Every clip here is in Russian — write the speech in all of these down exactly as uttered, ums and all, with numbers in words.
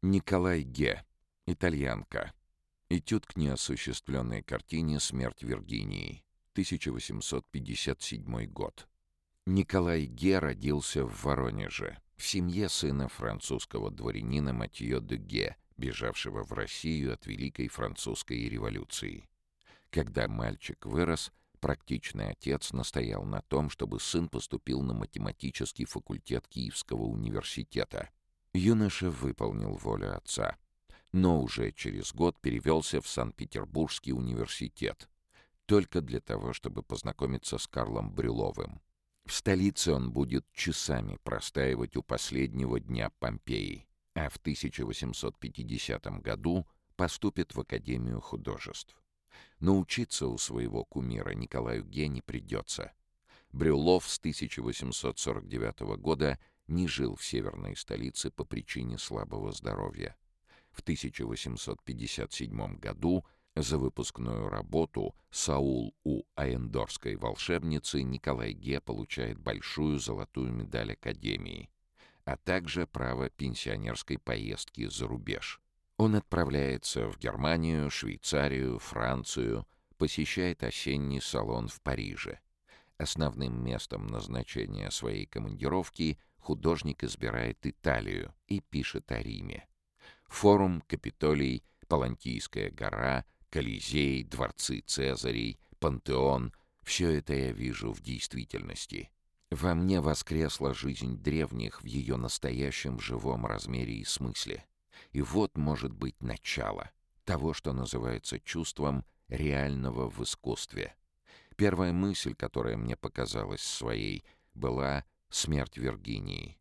Николай Ге. Итальянка. Этюд к неосуществленной картине «Смерть Виргинии», тысяча восемьсот пятьдесят седьмой год. Николай Ге родился в Воронеже, в семье сына французского дворянина Матьё де Ге, бежавшего в Россию от Великой Французской революции. Когда мальчик вырос, практичный отец настоял на том, чтобы сын поступил на математический факультет Киевского университета. Юноша выполнил волю отца, но уже через год перевелся в Санкт-Петербургский университет, только для того, чтобы познакомиться с Карлом Брюловым. В столице он будет часами простаивать у последнего дня Помпеи, а в тысяча восемьсот пятидесятом году поступит в Академию художеств. Но учиться у своего кумира Николаю Ге не придется. Брюлов с тысяча восемьсот сорок девятого года не жил в северной столице по причине слабого здоровья. В тысяча восемьсот пятьдесят седьмом году за выпускную работу «Саул у Аендорской волшебницы» Николай Ге получает большую золотую медаль Академии, а также право пенсионерской поездки за рубеж. Он отправляется в Германию, Швейцарию, Францию, посещает осенний салон в Париже. Основным местом назначения своей командировки художник избирает Италию и пишет о Риме. Форум, Капитолий, Палантийская гора, Колизей, дворцы Цезарей, Пантеон — все это я вижу в действительности. Во мне воскресла жизнь древних в ее настоящем живом размере и смысле. И вот может быть начало того, что называется чувством реального в искусстве. Первая мысль, которая мне показалась своей, была «Смерть Виргинии».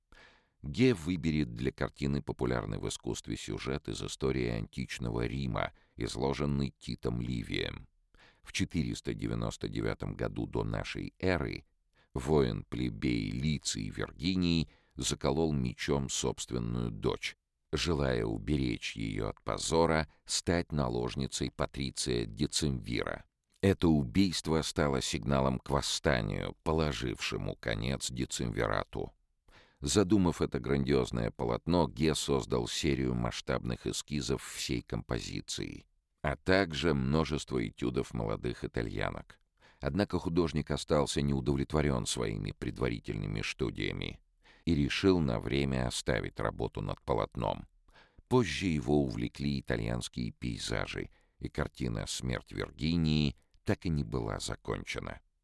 Ге выберет для картины популярный в искусстве сюжет из истории античного Рима, изложенный Титом Ливием. В четыреста девяносто девятом году до нашей эры воин-плебей Лиций Виргиний заколол мечом собственную дочь, желая уберечь ее от позора, стать наложницей Патриция Децемвира. Это убийство стало сигналом к восстанию, положившему конец Децемвирату. Задумав это грандиозное полотно, Ге создал серию масштабных эскизов всей композиции, а также множество этюдов молодых итальянок. Однако художник остался неудовлетворен своими предварительными студиями и решил на время оставить работу над полотном. Позже его увлекли итальянские пейзажи, и картина «Смерть Виргинии» так и не была закончена.